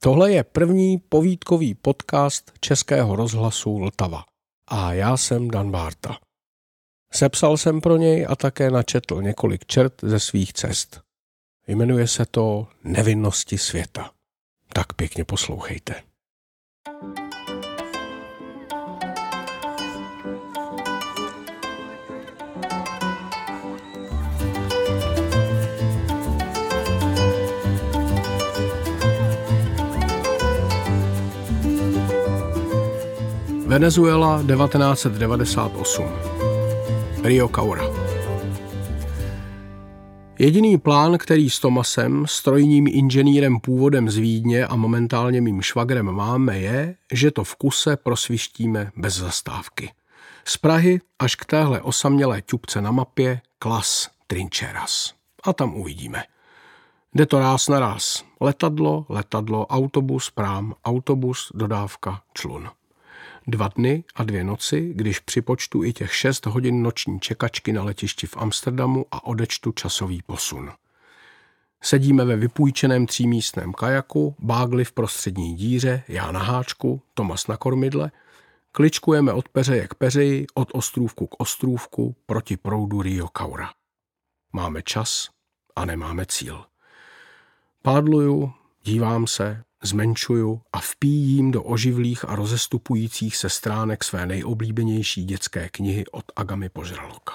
Tohle je první povídkový podcast Českého rozhlasu Vltava a já jsem Dan Bárta. Sepsal jsem pro něj a také načetl několik čert ze svých cest. Jmenuje se to Nevinnosti světa. Tak pěkně poslouchejte. Venezuela 1998. Rio Caura. Jediný plán, který s Tomasem, strojním inženýrem původem z Vídně a momentálně mým švagrem máme, je, že to v kuse prosvištíme bez zastávky. Z Prahy až k téhle osamělé ťupce na mapě Klas Trincheras. A tam uvidíme. Jde to ráz na ráz. Letadlo, autobus, prám, autobus, dodávka, člun. 2 dny a 2 noci, když připočtu i těch 6 hodin noční čekačky na letišti v Amsterdamu a odečtu časový posun. Sedíme ve vypůjčeném 3místném kajaku, Bágli v prostřední díře, já na háčku, Tomas na kormidle, kličkujeme od peřeje k peřeji, od ostrůvku k ostrůvku, proti proudu Rio Caura. Máme čas a nemáme cíl. Pádluju, dívám se, zmenšuju a vpíjím do oživlých a rozestupujících se stránek své nejoblíbenější dětské knihy od Agamy Požraloka.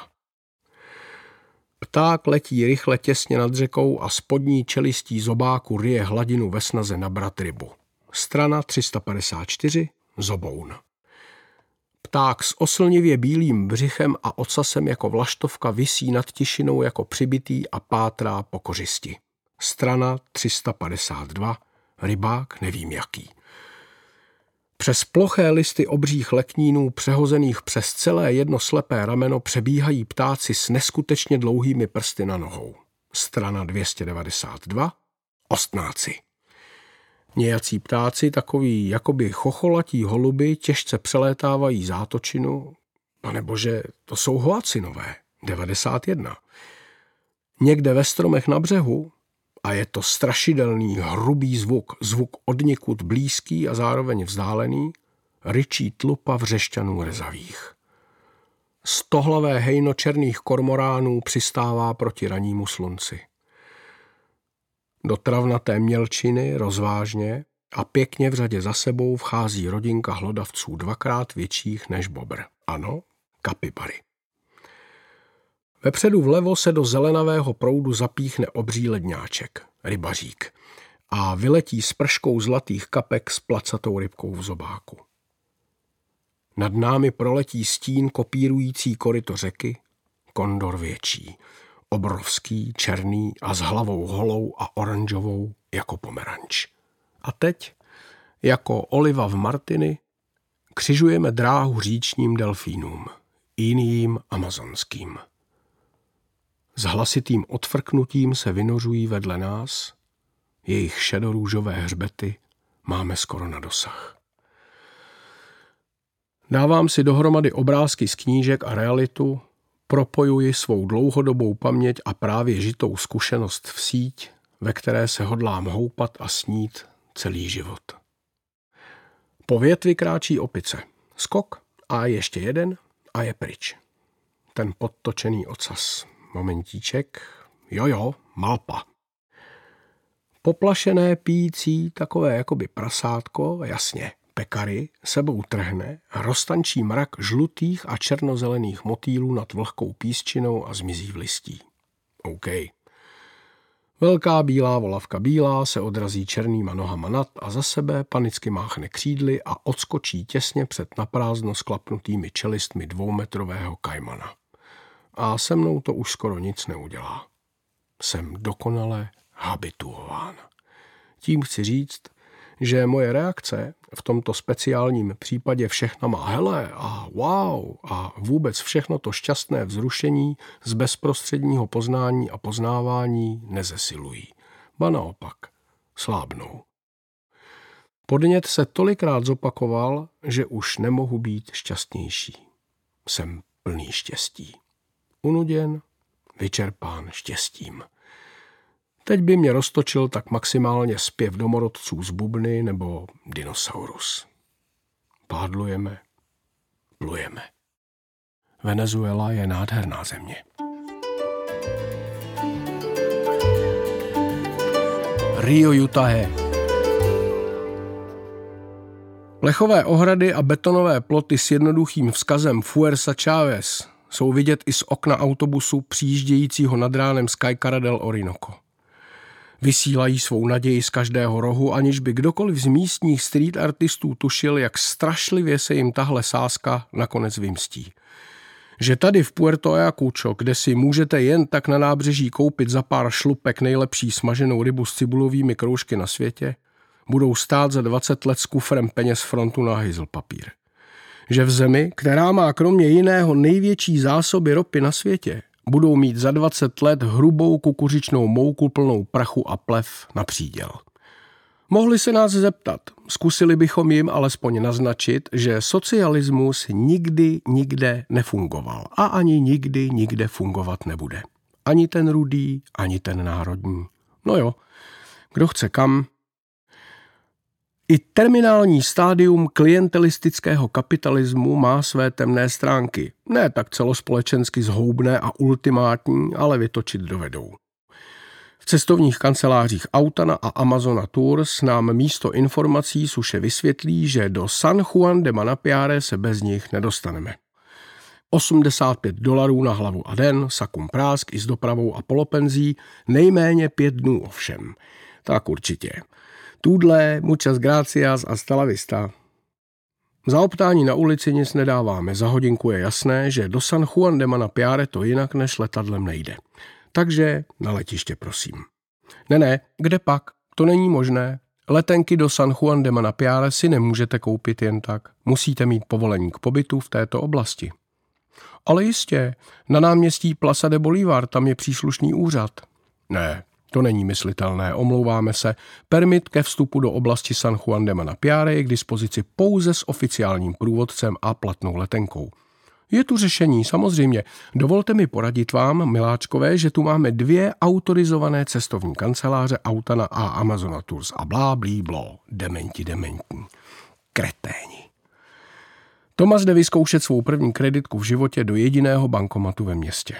Pták letí rychle těsně nad řekou a spodní čelistí zobáku ryje hladinu ve snaze nabrat rybu. Strana 354, Zoboun. Pták s oslnivě bílým břichem a ocasem jako vlaštovka visí nad tišinou jako přibitý a pátrá po kořisti. Strana 352, Rybák nevím jaký. Přes ploché listy obřích leknínů přehozených přes celé jedno slepé rameno přebíhají ptáci s neskutečně dlouhými prsty na nohou. Strana 292, Ostnáci. Nějací ptáci, takoví jakoby chocholatí holuby, těžce přelétávají zátočinu. Panebože, to jsou hoacinové, 91. Někde ve stromech na břehu, a je to strašidelný, hrubý zvuk odnikud blízký a zároveň vzdálený, ryčí tlupa vřešťanů rezavých. Stohlavé hejno černých kormoránů přistává proti rannímu slunci. Do travnaté mělčiny rozvážně a pěkně v řadě za sebou vchází rodinka hlodavců 2krát větších než bobr. Ano, kapibary. Vepředu vlevo se do zelenavého proudu zapíchne obří ledňáček, rybařík, a vyletí s prškou zlatých kapek s placatou rybkou v zobáku. Nad námi proletí stín kopírující koryto řeky, kondor větší, obrovský, černý a s hlavou holou a oranžovou jako pomeranč. A teď, jako oliva v Martiny, křižujeme dráhu říčním delfínům, jiným amazonským. S hlasitým odfrknutím se vynořují vedle nás, jejich šedorůžové hřbety máme skoro na dosah. Dávám si dohromady obrázky z knížek a realitu, propojuji svou dlouhodobou paměť a právě žitou zkušenost v síť, ve které se hodlám houpat a snít celý život. Po větvi kráčí opice. Skok a ještě jeden a je pryč. Ten podtočený ocas. Momentíček. Jo, malpa. Poplašené pijící takové jakoby prasátko, jasně, pekary, sebou trhne a roztančí mrak žlutých a černozelených motýlů nad vlhkou písčinou a zmizí v listí. OK. Velká bílá volavka bílá se odrazí černýma nohama nad a za sebe, panicky máchne křídly a odskočí těsně před naprázdno sklapnutými čelistmi 2metrového kajmana. A se mnou to už skoro nic neudělá. Jsem dokonale habituován. Tím chci říct, že moje reakce v tomto speciálním případě všechna má hele a wow a vůbec všechno to šťastné vzrušení z bezprostředního poznání a poznávání nezesilují. Ba naopak, slábnou. Podnět se tolikrát zopakoval, že už nemohu být šťastnější. Jsem plný štěstí. Unuděn, vyčerpán štěstím. Teď by mě roztočil tak maximálně zpěv domorodců z bubny nebo dinosaurus. Pádlujeme, plujeme. Venezuela je nádherná země. Rio Jutahe. Plechové ohrady a betonové ploty s jednoduchým vzkazem Fuerza Chávez jsou vidět i z okna autobusu přijíždějícího nad ránem Skycara del Orinoco. Vysílají svou naději z každého rohu, aniž by kdokoliv z místních street artistů tušil, jak strašlivě se jim tahle sázka nakonec vymstí. Že tady v Puerto Ayacucho, kde si můžete jen tak na nábřeží koupit za pár šlupek nejlepší smaženou rybu s cibulovými kroužky na světě, budou stát za 20 let s kufrem peněz frontu na hajzlpapír. Že v zemi, která má kromě jiného největší zásoby ropy na světě, budou mít za 20 let hrubou kukuřičnou mouku plnou prachu a plev na příděl. Mohli se nás zeptat, zkusili bychom jim alespoň naznačit, že socialismus nikdy nikde nefungoval a ani nikdy nikde fungovat nebude. Ani ten rudý, ani ten národní. No jo, kdo chce kam. I terminální stádium klientelistického kapitalismu má své temné stránky. Ne tak celospolečensky zhoubné a ultimátní, ale vytočit dovedou. V cestovních kancelářích Autana a Amazona Tours nám místo informací suše vysvětlí, že do San Juan de Manapiare se bez nich nedostaneme. $85 na hlavu a den, sakum prásk i s dopravou a polopenzí, nejméně 5 dnů ovšem. Tak určitě. Tudle, muchas gracias, hasta la vista. Za optání na ulici nic nedáváme, za hodinku je jasné, že do San Juan de Manapiare to jinak než letadlem nejde. Takže na letiště prosím. Ne, kde pak? To není možné. Letenky do San Juan de Manapiare si nemůžete koupit jen tak. Musíte mít povolení k pobytu v této oblasti. Ale jistě, na náměstí Plaza de Bolívar tam je příslušný úřad. Ne, to není myslitelné, omlouváme se. Permit ke vstupu do oblasti San Juan de Manapiare je k dispozici pouze s oficiálním průvodcem a platnou letenkou. Je tu řešení, samozřejmě. Dovolte mi poradit vám, miláčkové, že tu máme 2 autorizované cestovní kanceláře Autana a Amazona Tours a blíbló. Dementní. Kreténi. Tomas jde vyzkoušet svou první kreditku v životě do jediného bankomatu ve městě.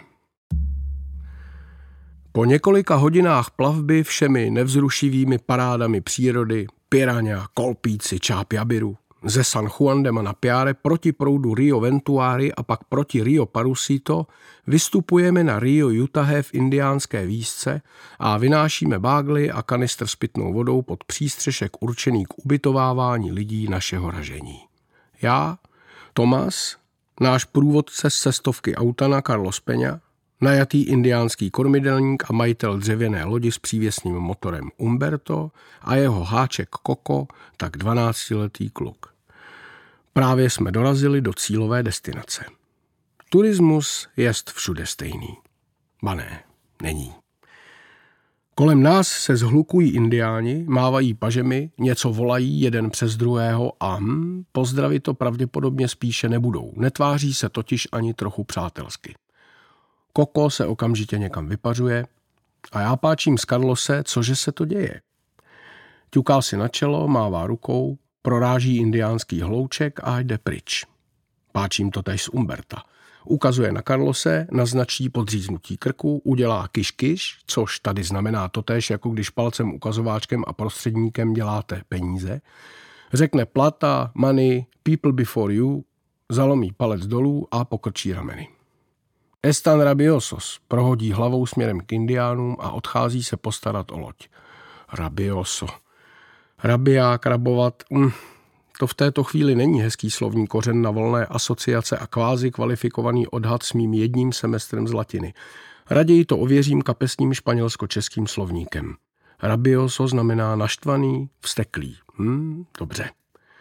Po několika hodinách plavby všemi nevzrušivými parádami přírody, piraňa, kolpíci, čápjabiru, ze San Juan de Manapiare proti proudu Rio Ventuari a pak proti Rio Parusito vystupujeme na Rio Jutahe v indiánské výšce a vynášíme bágly a kanistr s pitnou vodou pod přístřešek určený k ubytovávání lidí našeho ražení. Já, Tomas, náš průvodce z cestovky Autana Carlos Peña, najatý indiánský kormidelník a majitel dřevěné lodi s přívěsným motorem Umberto a jeho háček Coco, tak 12letý kluk. Právě jsme dorazili do cílové destinace. Turismus jest všude stejný. Ba ne, není. Kolem nás se zhlukují indiáni, mávají pažemi, něco volají jeden přes druhého a pozdravit to pravděpodobně spíše nebudou. Netváří se totiž ani trochu přátelsky. Koko se okamžitě někam vypařuje a já páčím z Carlose, cože se to děje. Ťuká si na čelo, mává rukou, proráží indiánský hlouček a jde pryč. Páčím to též z Umberta. Ukazuje na Carlose, naznačí podříznutí krku, udělá kiš, což tady znamená totéž, jako když palcem ukazováčkem a prostředníkem děláte peníze. Řekne plata, money, people before you, zalomí palec dolů a pokrčí rameny. Están rabiosos, prohodí hlavou směrem k indiánům a odchází se postarat o loď. Rabioso. Rabiák, rabovat, to v této chvíli není hezký slovní kořen na volné asociace a kvázi kvalifikovaný odhad s mým 1 semestrem z latiny. Raději to ověřím kapesním španělsko-českým slovníkem. Rabioso znamená naštvaný, vzteklý. Dobře.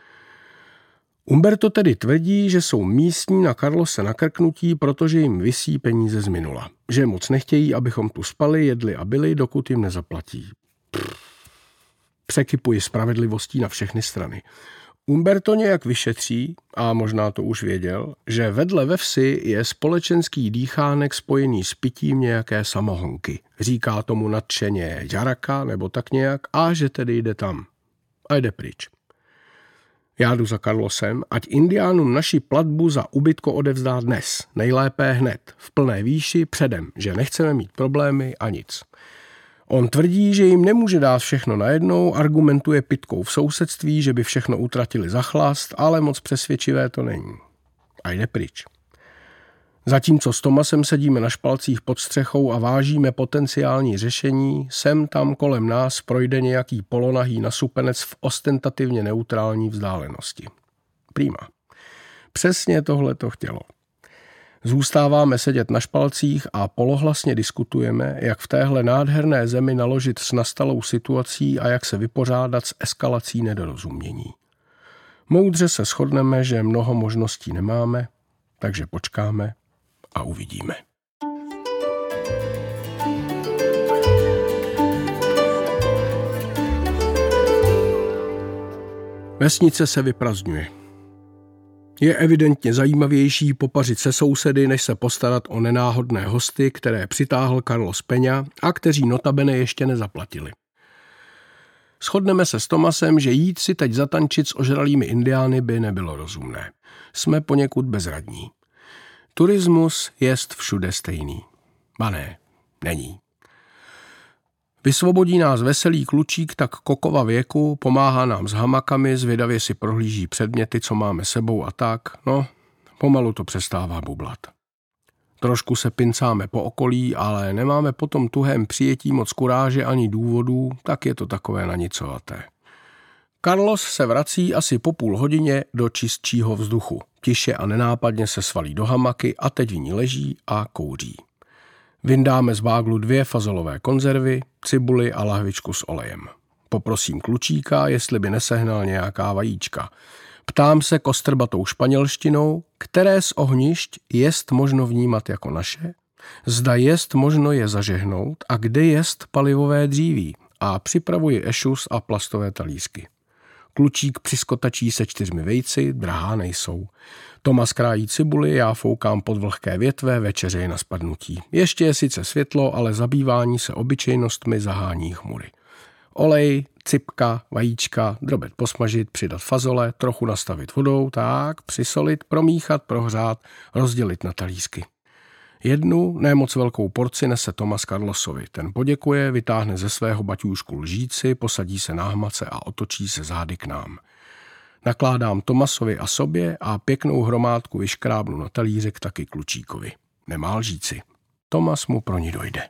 Umberto tedy tvrdí, že jsou místní na Carlose nakrknutí, protože jim visí peníze z minula. Že moc nechtějí, abychom tu spali, jedli a byli, dokud jim nezaplatí. Překypuji spravedlivostí na všechny strany. Umberto nějak vyšetří, a možná to už věděl, že vedle ve vsi je společenský dýchánek spojený s pitím nějaké samohonky. Říká tomu nadšeně Jaraka nebo tak nějak a že tedy jde tam. A jde pryč. Já jdu za Carlosem, ať indiánům naši platbu za ubytko odevzdá dnes, nejlépe hned, v plné výši, předem, že nechceme mít problémy a nic. On tvrdí, že jim nemůže dát všechno najednou, argumentuje pitkou v sousedství, že by všechno utratili za chlast, ale moc přesvědčivé to není. A jde pryč. Zatímco s Tomasem sedíme na špalcích pod střechou a vážíme potenciální řešení, sem tam kolem nás projde nějaký polonahý nasupenec v ostentativně neutrální vzdálenosti. Prima. Přesně tohle to chtělo. Zůstáváme sedět na špalcích a polohlasně diskutujeme, jak v téhle nádherné zemi naložit s nastalou situací a jak se vypořádat s eskalací nedorozumění. Moudře se shodneme, že mnoho možností nemáme, takže počkáme a uvidíme. Vesnice se vyprazdňuje. Je evidentně zajímavější popařit se sousedy, než se postarat o nenáhodné hosty, které přitáhl Carlos Peña a kteří notabene ještě nezaplatili. Shodneme se s Tomasem, že jít si teď zatančit s ožralými indiány by nebylo rozumné. Jsme poněkud bezradní. Turismus jest všude stejný. Ba ne, není. Vysvobodí nás veselý klučík tak kokova věku, pomáhá nám s hamakami, zvědavě si prohlíží předměty, co máme sebou a tak, no, pomalu to přestává bublat. Trošku se pincáme po okolí, ale nemáme po tom tuhém přijetí moc kuráže ani důvodů, tak je to takové nanicovaté. Carlos se vrací asi po půl hodině do čistšího vzduchu. Tiše a nenápadně se svalí do hamaky a teď v ní leží a kouří. Vyndáme z báglu 2 fazolové konzervy, cibuli a lahvičku s olejem. Poprosím klučíka, jestli by nesehnal nějaká vajíčka. Ptám se kostrbatou španělštinou, které z ohnišť jest možno vnímat jako naše, zda jest možno je zažehnout a kde jest palivové dříví a připravuji ešus a plastové talířky. Klučík přiskotačí se 4 vejci, drahá nejsou. Tomas krájí cibuli, já foukám pod vlhké větve, večeře je na spadnutí. Ještě je sice světlo, ale zabývání se obyčejnostmi zahání chmury. Olej, cipka, vajíčka, drobet posmažit, přidat fazole, trochu nastavit vodou, tak, přisolit, promíchat, prohřát, rozdělit na talířky. Jednu, ne moc velkou porci nese Tomas Carlosovi. Ten poděkuje, vytáhne ze svého baťůžku lžíci, posadí se na hmace a otočí se zády k nám. Nakládám Tomasovi a sobě a pěknou hromádku vyškrábnu na talířek taky klučíkovi. Nemá lžíci. Tomas mu pro ní dojde.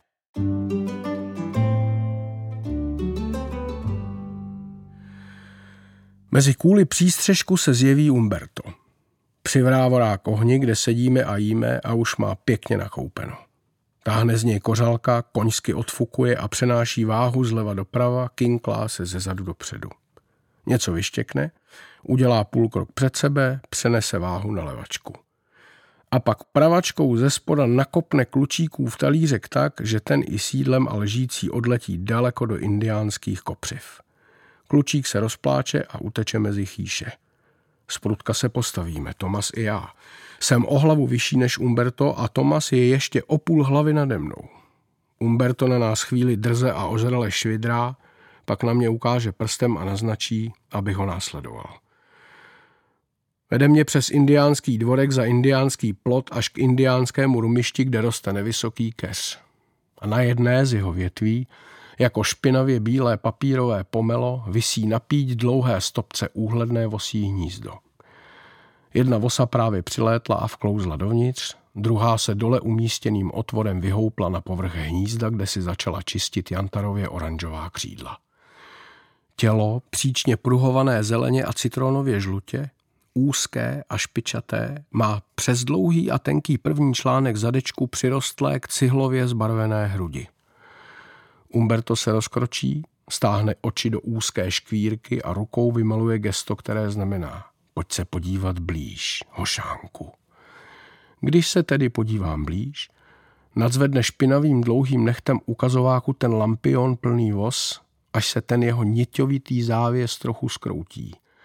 Mezi kůly přístřežku se zjeví Umberto. Přivrávorá k ohni, kde sedíme a jíme a už má pěkně nakoupeno. Táhne z něj kořálka, koňsky odfukuje a přenáší váhu zleva doprava, kinklá se zezadu dopředu. Něco vyštěkne, udělá půlkrok před sebe, přenese váhu na levačku. A pak pravačkou ze spoda nakopne klučíkův talířek tak, že ten i sídlem a lžící odletí daleko do indiánských kopřiv. Klučík se rozpláče a uteče mezi chýše. Zprudka se postavíme, Tomas i já. Jsem o hlavu vyšší než Umberto a Tomas je ještě o půl hlavy nade mnou. Umberto na nás chvíli drze a ožrale švidrá, pak na mě ukáže prstem a naznačí, abych ho následoval. Vede mě přes indiánský dvorek za indiánský plot až k indiánskému rumišti, kde roste nevysoký keř. A na jedné z jeho větví, jako špinavě bílé papírové pomelo, visí na píď dlouhé stopce úhledné vosí hnízdo. Jedna vosa právě přilétla a vklouzla dovnitř, druhá se dole umístěným otvorem vyhoupla na povrch hnízda, kde si začala čistit jantarově oranžová křídla. Tělo, příčně pruhované zeleně a citronově žlutě, úzké a špičaté, má přes dlouhý a tenký první článek zadečku přirostlé k cihlově zbarvené hrudi. Umberto se rozkročí, stáhne oči do úzké škvírky a rukou vymaluje gesto, které znamená: pojď se podívat blíž, hošánku. Když se tedy podívám blíž, nadzvedne špinavým dlouhým nechtem ukazováku ten lampion plný vos, až se ten jeho niťovitý závěs trochu skroutí.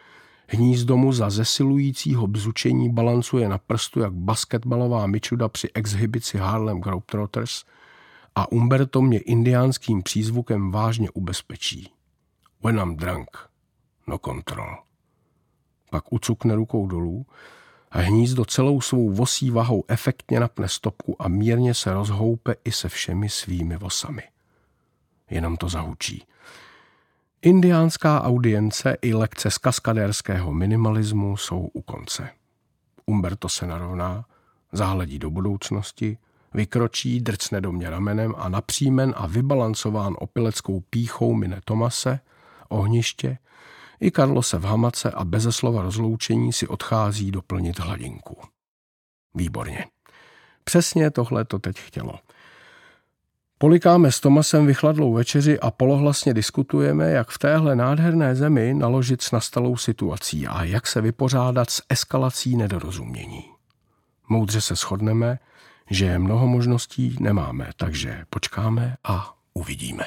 Hnízdo mu za zesilujícího bzučení balancuje na prstu jak basketbalová mičuda při exhibici Harlem Globetrotters a Umberto mě indiánským přízvukem vážně ubezpečí. When I'm drunk, no control. Pak ucukne rukou dolů a hnízdo celou svou vosí vahou efektně napne stopku a mírně se rozhoupe i se všemi svými vosami. Jenom to zahučí. Indiánská audience i lekce z kaskadérského minimalismu jsou u konce. Umberto se narovná, zahledí do budoucnosti, vykročí, drcne do mě ramenem a napřímen a vybalancován opileckou pýchou mine Tomase, ohniště, i Carlose v hamace a beze slova rozloučení si odchází doplnit hladinku. Výborně. Přesně tohle to teď chtělo. Polikáme s Tomasem vychladlou večeři a polohlasně diskutujeme, jak v téhle nádherné zemi naložit s nastalou situací a jak se vypořádat s eskalací nedorozumění. Moudře se shodneme, že mnoho možností nemáme, takže počkáme a uvidíme.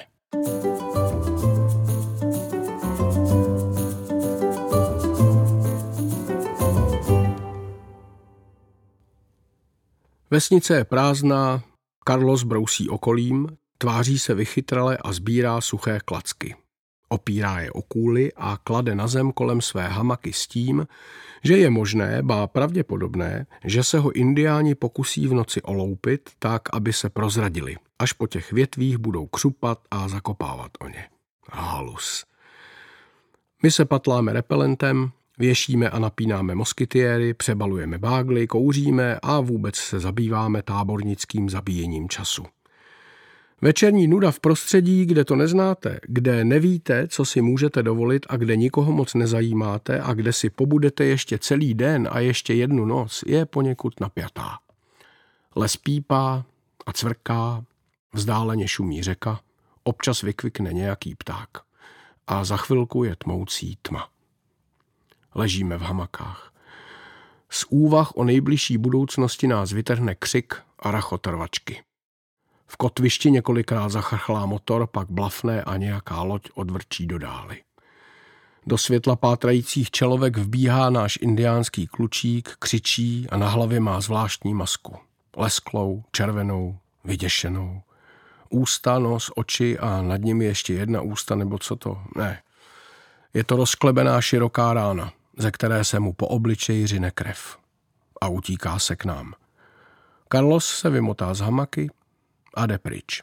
Vesnice je prázdná, Carlos brousí okolím, tváří se vychytrale a sbírá suché klacky. Opírá je o kůli a klade na zem kolem své hamaky s tím, že je možné, ba pravděpodobné, že se ho indiáni pokusí v noci oloupit tak, aby se prozradili, až po těch větvích budou křupat a zakopávat o ně. Halus. My se patláme repelentem, věšíme a napínáme moskytiéry, přebalujeme bágly, kouříme a vůbec se zabýváme tábornickým zabíjením času. Večerní nuda v prostředí, kde to neznáte, kde nevíte, co si můžete dovolit a kde nikoho moc nezajímáte a kde si pobudete ještě celý den a ještě jednu noc, je poněkud napjatá. Les pípá a cvrká, vzdáleně šumí řeka, občas vykvikne nějaký pták a za chvilku je tmoucí tma. Ležíme v hamakách. Z úvah o nejbližší budoucnosti nás vytrhne křik a rachot rvačky. V kotvišti několikrát zachrchlá motor, pak blafne a nějaká loď odvrčí do dály. Do světla pátrajících čelovek vbíhá náš indiánský klučík, křičí a na hlavě má zvláštní masku. Lesklou, červenou, vyděšenou. Ústa, nos, oči a nad nimi ještě jedna ústa, nebo co to? Ne. Je to rozklebená široká rána, ze které se mu po obličeji řine krev. A utíká se k nám. Carlos se vymotá z hamaky a jde pryč.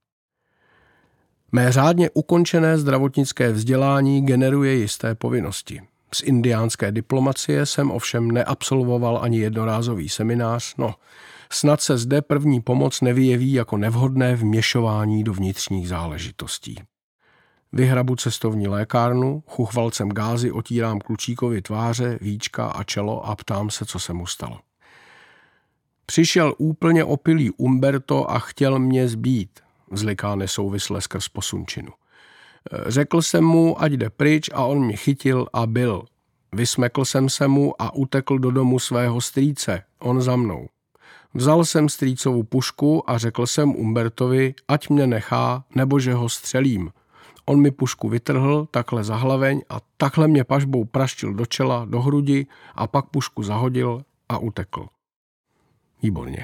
Mé řádně ukončené zdravotnické vzdělání generuje jisté povinnosti. Z indiánské diplomacie jsem ovšem neabsolvoval ani jednorázový seminář, snad se zde první pomoc nevyjeví jako nevhodné vměšování do vnitřních záležitostí. Vyhrabu cestovní lékárnu, chuchvalcem gázy otírám klučíkovi tváře, víčka a čelo a ptám se, co se mu stalo. Přišel úplně opilý Umberto a chtěl mě zbít, vzliká nesouvisle skrz posunčinu. Řekl jsem mu, ať jde pryč a on mě chytil a byl. Vysmekl jsem se mu a utekl do domu svého strýce, on za mnou. Vzal jsem strýcovu pušku a řekl jsem Umbertovi, ať mě nechá, nebo že ho střelím. On mi pušku vytrhl takhle za hlaveň a takhle mě pažbou praštil do čela, do hrudi a pak pušku zahodil a utekl. Výborně.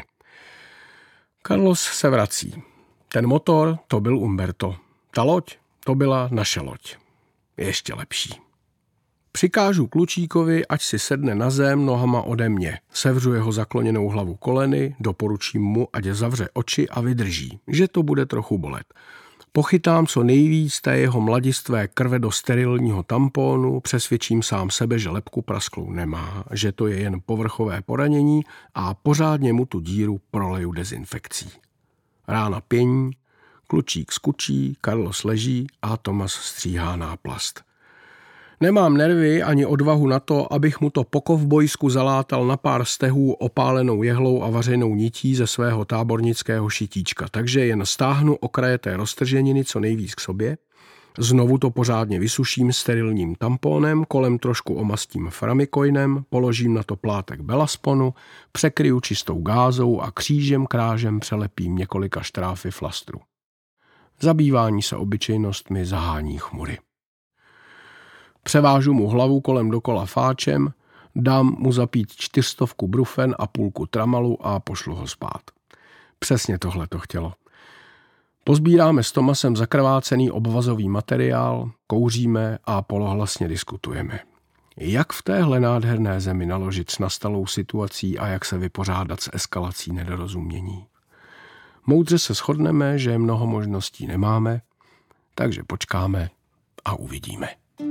Carlos se vrací. Ten motor, to byl Umberto. Ta loď, to byla naše loď. Ještě lepší. Přikážu klučíkovi, ať si sedne na zem nohama ode mě. Sevřu jeho zakloněnou hlavu koleny, doporučím mu, ať zavře oči a vydrží, že to bude trochu bolet. Pochytám co nejvíc té jeho mladistvé krve do sterilního tampónu, přesvědčím sám sebe, že lebku prasklou nemá, že to je jen povrchové poranění a pořádně mu tu díru proleju dezinfekcí. Rána pění, klučík skučí, Carlos leží a Tomas stříhá náplast. Nemám nervy ani odvahu na to, abych mu to po kovbojsku zalátal na pár stehů opálenou jehlou a vařenou nití ze svého tábornického šitíčka, takže jen stáhnu okraje té roztrženiny co nejvíc k sobě, znovu to pořádně vysuším sterilním tampónem, kolem trošku omastím framikoinem, položím na to plátek belasponu, překryju čistou gázou a křížem krážem přelepím několika štráfy flastru. Zabývání se obyčejnostmi zahání chmury. Převážu mu hlavu kolem dokola fáčem, dám mu zapít 400 brufen a půlku tramalu a pošlu ho spát. Přesně tohle to chtělo. Pozbíráme s Tomasem zakrvácený obvazový materiál, kouříme a polohlasně diskutujeme. Jak v téhle nádherné zemi naložit s nastalou situací a jak se vypořádat s eskalací nedorozumění. Moudře se shodneme, že mnoho možností nemáme, takže počkáme a uvidíme.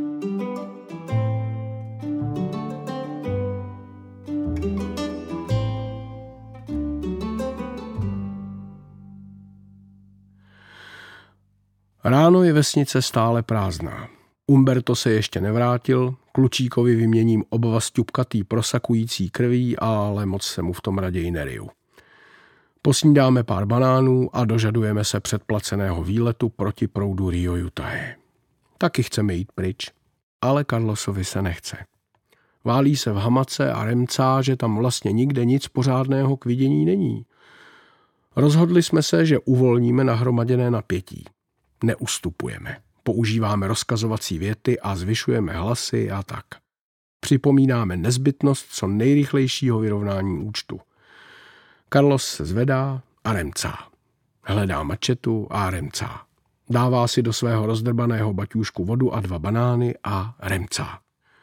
Ráno je vesnice stále prázdná. Umberto se ještě nevrátil, klučíkovi vyměním obvaz ťupkatý prosakující krví, ale moc se mu v tom raději neriju. Posnídáme pár banánů a dožadujeme se předplaceného výletu proti proudu Rio Utahe. Taky chceme jít pryč, ale Carlosovi se nechce. Válí se v hamace a remcá, že tam vlastně nikde nic pořádného k vidění není. Rozhodli jsme se, že uvolníme nahromaděné napětí. Neustupujeme. Používáme rozkazovací věty a zvyšujeme hlasy a tak. Připomínáme nezbytnost co nejrychlejšího vyrovnání účtu. Carlos se zvedá a remcá. Hledá mačetu a remcá. Dává si do svého rozdrbaného baťůžku vodu a 2 banány a remcá.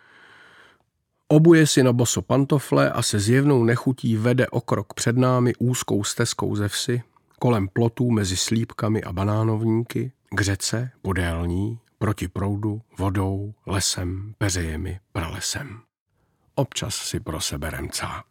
Obuje si na boso pantofle a se zjevnou nechutí vede o krok před námi úzkou stezkou ze vsi, kolem plotů mezi slípkami a banánovníky, k řece, podél ní, proti proudu, vodou, lesem, peřejemi, pralesem. Občas si pro sebe remcá.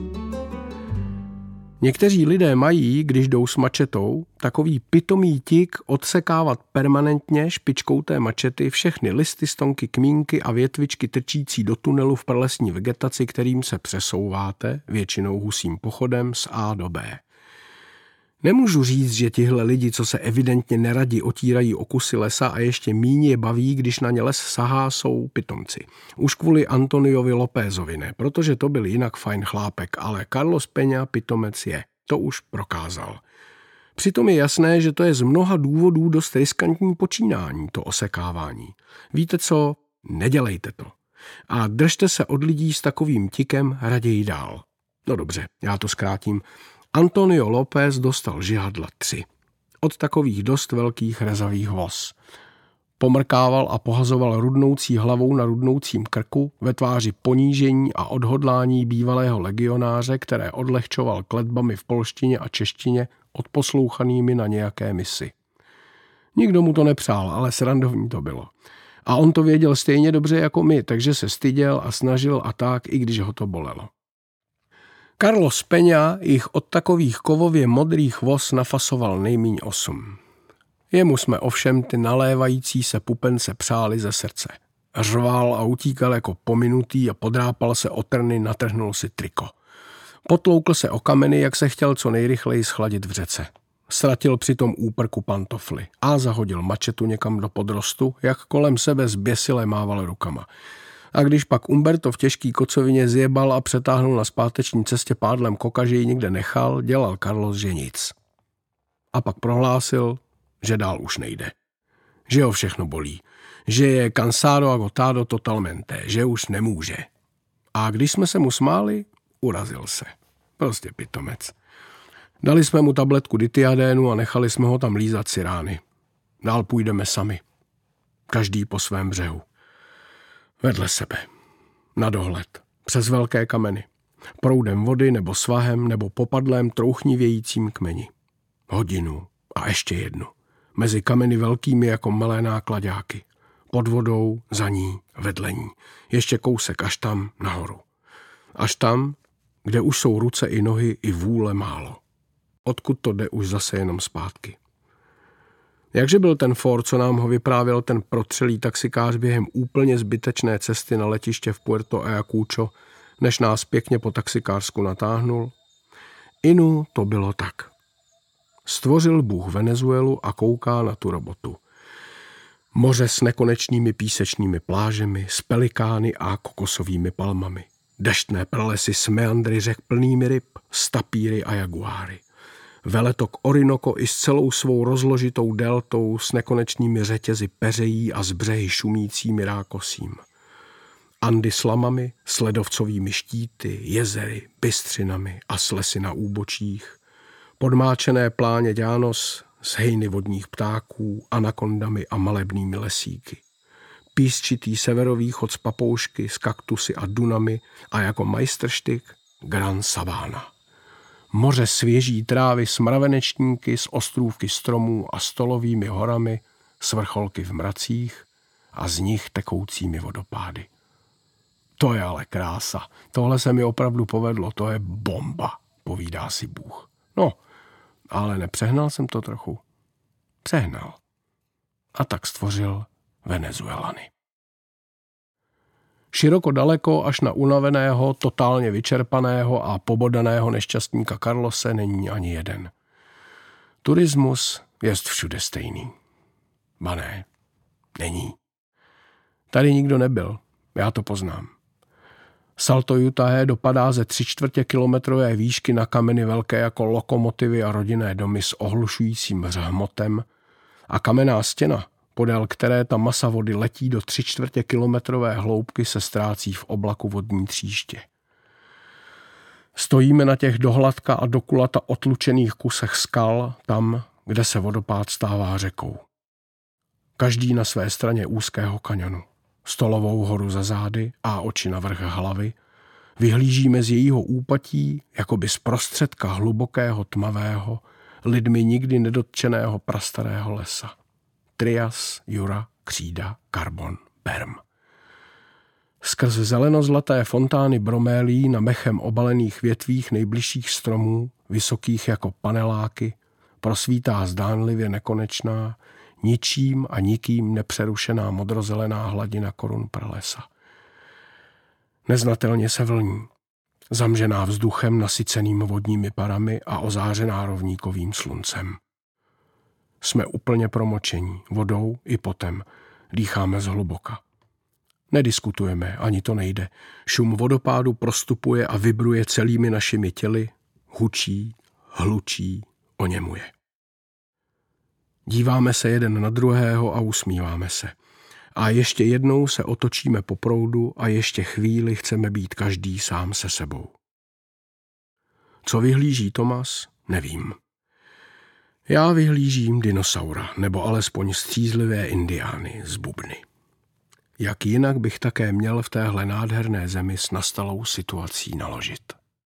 Někteří lidé mají, když jdou s mačetou, takový pitomý tik odsekávat permanentně špičkou té mačety všechny listy, stonky, kmínky a větvičky trčící do tunelu v pralesní vegetaci, kterým se přesouváte, většinou husím pochodem z A do B. Nemůžu říct, že tihle lidi, co se evidentně neradi otírají o kusy lesa a ještě míň je baví, když na ně les sahá, jsou pitomci. Už kvůli Antoniovi Lópezovi ne, protože to byl jinak fajn chlápek, ale Carlos Peña pitomec je. To už prokázal. Přitom je jasné, že to je z mnoha důvodů dost riskantní počínání, to osekávání. Víte co? Nedělejte to. A držte se od lidí s takovým tikem raději dál. No dobře, já to zkrátím. Antonio López dostal žihadla 3. Od takových dost velkých rezavých voz. Pomrkával a pohazoval rudnoucí hlavou na rudnoucím krku ve tváři ponížení a odhodlání bývalého legionáře, které odlehčoval kletbami v polštině a češtině odposlouchanými na nějaké misi. Nikdo mu to nepřál, ale srandovní to bylo. A on to věděl stejně dobře jako my, takže se styděl a snažil a tak, i když ho to bolelo. Carlos Peña jich od takových kovově modrých voz nafasoval nejmíň 8. Jemu jsme ovšem ty nalévající se pupence přáli ze srdce. Řval a utíkal jako pominutý a podrápal se o trny, natrhnul si triko. Potloukl se o kameny, jak se chtěl co nejrychleji schladit v řece. Ztratil přitom úprku pantofly a zahodil mačetu někam do podrostu, jak kolem sebe zběsile mával rukama. A když pak Umberto v těžký kocovině zjebal a přetáhnul na zpáteční cestě pádlem koka, že ji někde nechal, dělal Carlos, že nic. A pak prohlásil, že dál už nejde. Že ho všechno bolí. Že je cansado agotado totalmente. Že už nemůže. A když jsme se mu smáli, urazil se. Prostě pitomec. Dali jsme mu tabletku ditiadénu a nechali jsme ho tam lízat si rány. Dál půjdeme sami. Každý po svém břehu. Vedle sebe. Na dohled. Přes velké kameny. Proudem vody nebo svahem nebo popadlém trouchnivějícím kmeni. Hodinu a ještě jednu. Mezi kameny velkými jako malé náklaďáky. Pod vodou, za ní, vedle ní. Ještě kousek až tam nahoru. Až tam, kde už jsou ruce i nohy i vůle málo. Odkud to jde už zase jenom zpátky. Jakže byl ten Ford, co nám ho vyprávěl ten protřelý taxikář během úplně zbytečné cesty na letiště v Puerto Ayacucho, než nás pěkně po taxikářsku natáhnul? Inu to bylo tak. Stvořil Bůh Venezuelu a kouká na tu robotu. Moře s nekonečnými písečnými plážemi, s pelikány a kokosovými palmami. Deštné pralesy s meandry řek plnými ryb, s tapíry a jaguáry. Veletok Orinoco i s celou svou rozložitou deltou s nekonečnými řetězy peřejí a z břehy šumícími rákosím. Andy s lamami, s ledovcovými štíty, jezery, bystřinami a s lesy na úbočích, podmáčené pláně Ďános s hejny vodních ptáků, anakondami a malebnými lesíky. Písčitý severovýchod z papoušky, s kaktusy a dunami a jako majstrštyk Gran Savana. Moře svěží trávy s mravenečníky, s ostrůvky stromů a stolovými horami, s vrcholky v mracích a z nich tekoucími vodopády. To je ale krása. Tohle se mi opravdu povedlo. To je bomba, povídá si Bůh. No, ale nepřehnal jsem to trochu. Přehnal. A tak stvořil Venezuelany. Široko daleko až na unaveného, totálně vyčerpaného a pobodaného nešťastníka Carlose není ani jeden. Turismus jest všude stejný. Ba ne, není. Tady nikdo nebyl, já to poznám. Salto Utahe dopadá ze 3/4 kilometrové výšky na kameny velké jako lokomotivy a rodinné domy s ohlušujícím hmotem a kamenná stěna, podél které ta masa vody letí do 3/4 kilometrové hloubky, se ztrácí v oblaku vodní tříště. Stojíme na těch dohladka a dokulata otlučených kusech skal tam, kde se vodopád stává řekou. Každý na své straně úzkého kaňonu. Stolovou horu za zády a oči na vrch hlavy, vyhlížíme z jejího úpatí jakoby z prostředka hlubokého tmavého, lidmi nikdy nedotčeného prastarého lesa. Trias, Jura, Křída, Karbon, Berm. Skrz zelenozlaté fontány bromélí na mechem obalených větvích nejbližších stromů, vysokých jako paneláky, prosvítá zdánlivě nekonečná, ničím a nikým nepřerušená modrozelená hladina korun pralesa. Neznatelně se vlní, zamžená vzduchem nasyceným vodními parami a ozářená rovníkovým sluncem. Jsme úplně promočení, vodou i potem, dýcháme zhluboka. Nediskutujeme, ani to nejde. Šum vodopádu prostupuje a vibruje celými našimi těly, hučí, hlučí, oněmuje. Díváme se jeden na druhého a usmíváme se. A ještě jednou se otočíme po proudu a ještě chvíli chceme být každý sám se sebou. Co vyhlíží Tomas, nevím. Já vyhlížím dinosaura, nebo alespoň střízlivé indiány z bubny. Jak jinak bych také měl v téhle nádherné zemi s nastalou situací naložit.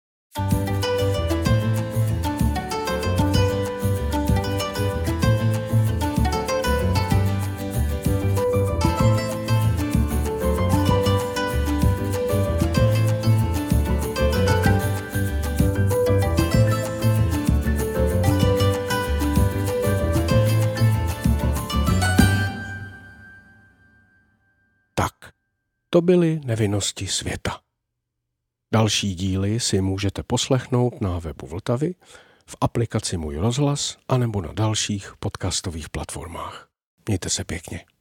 To byly Nevinnosti světa. Další díly si můžete poslechnout na webu Vltavy, v aplikaci Můj rozhlas anebo na dalších podcastových platformách. Mějte se pěkně.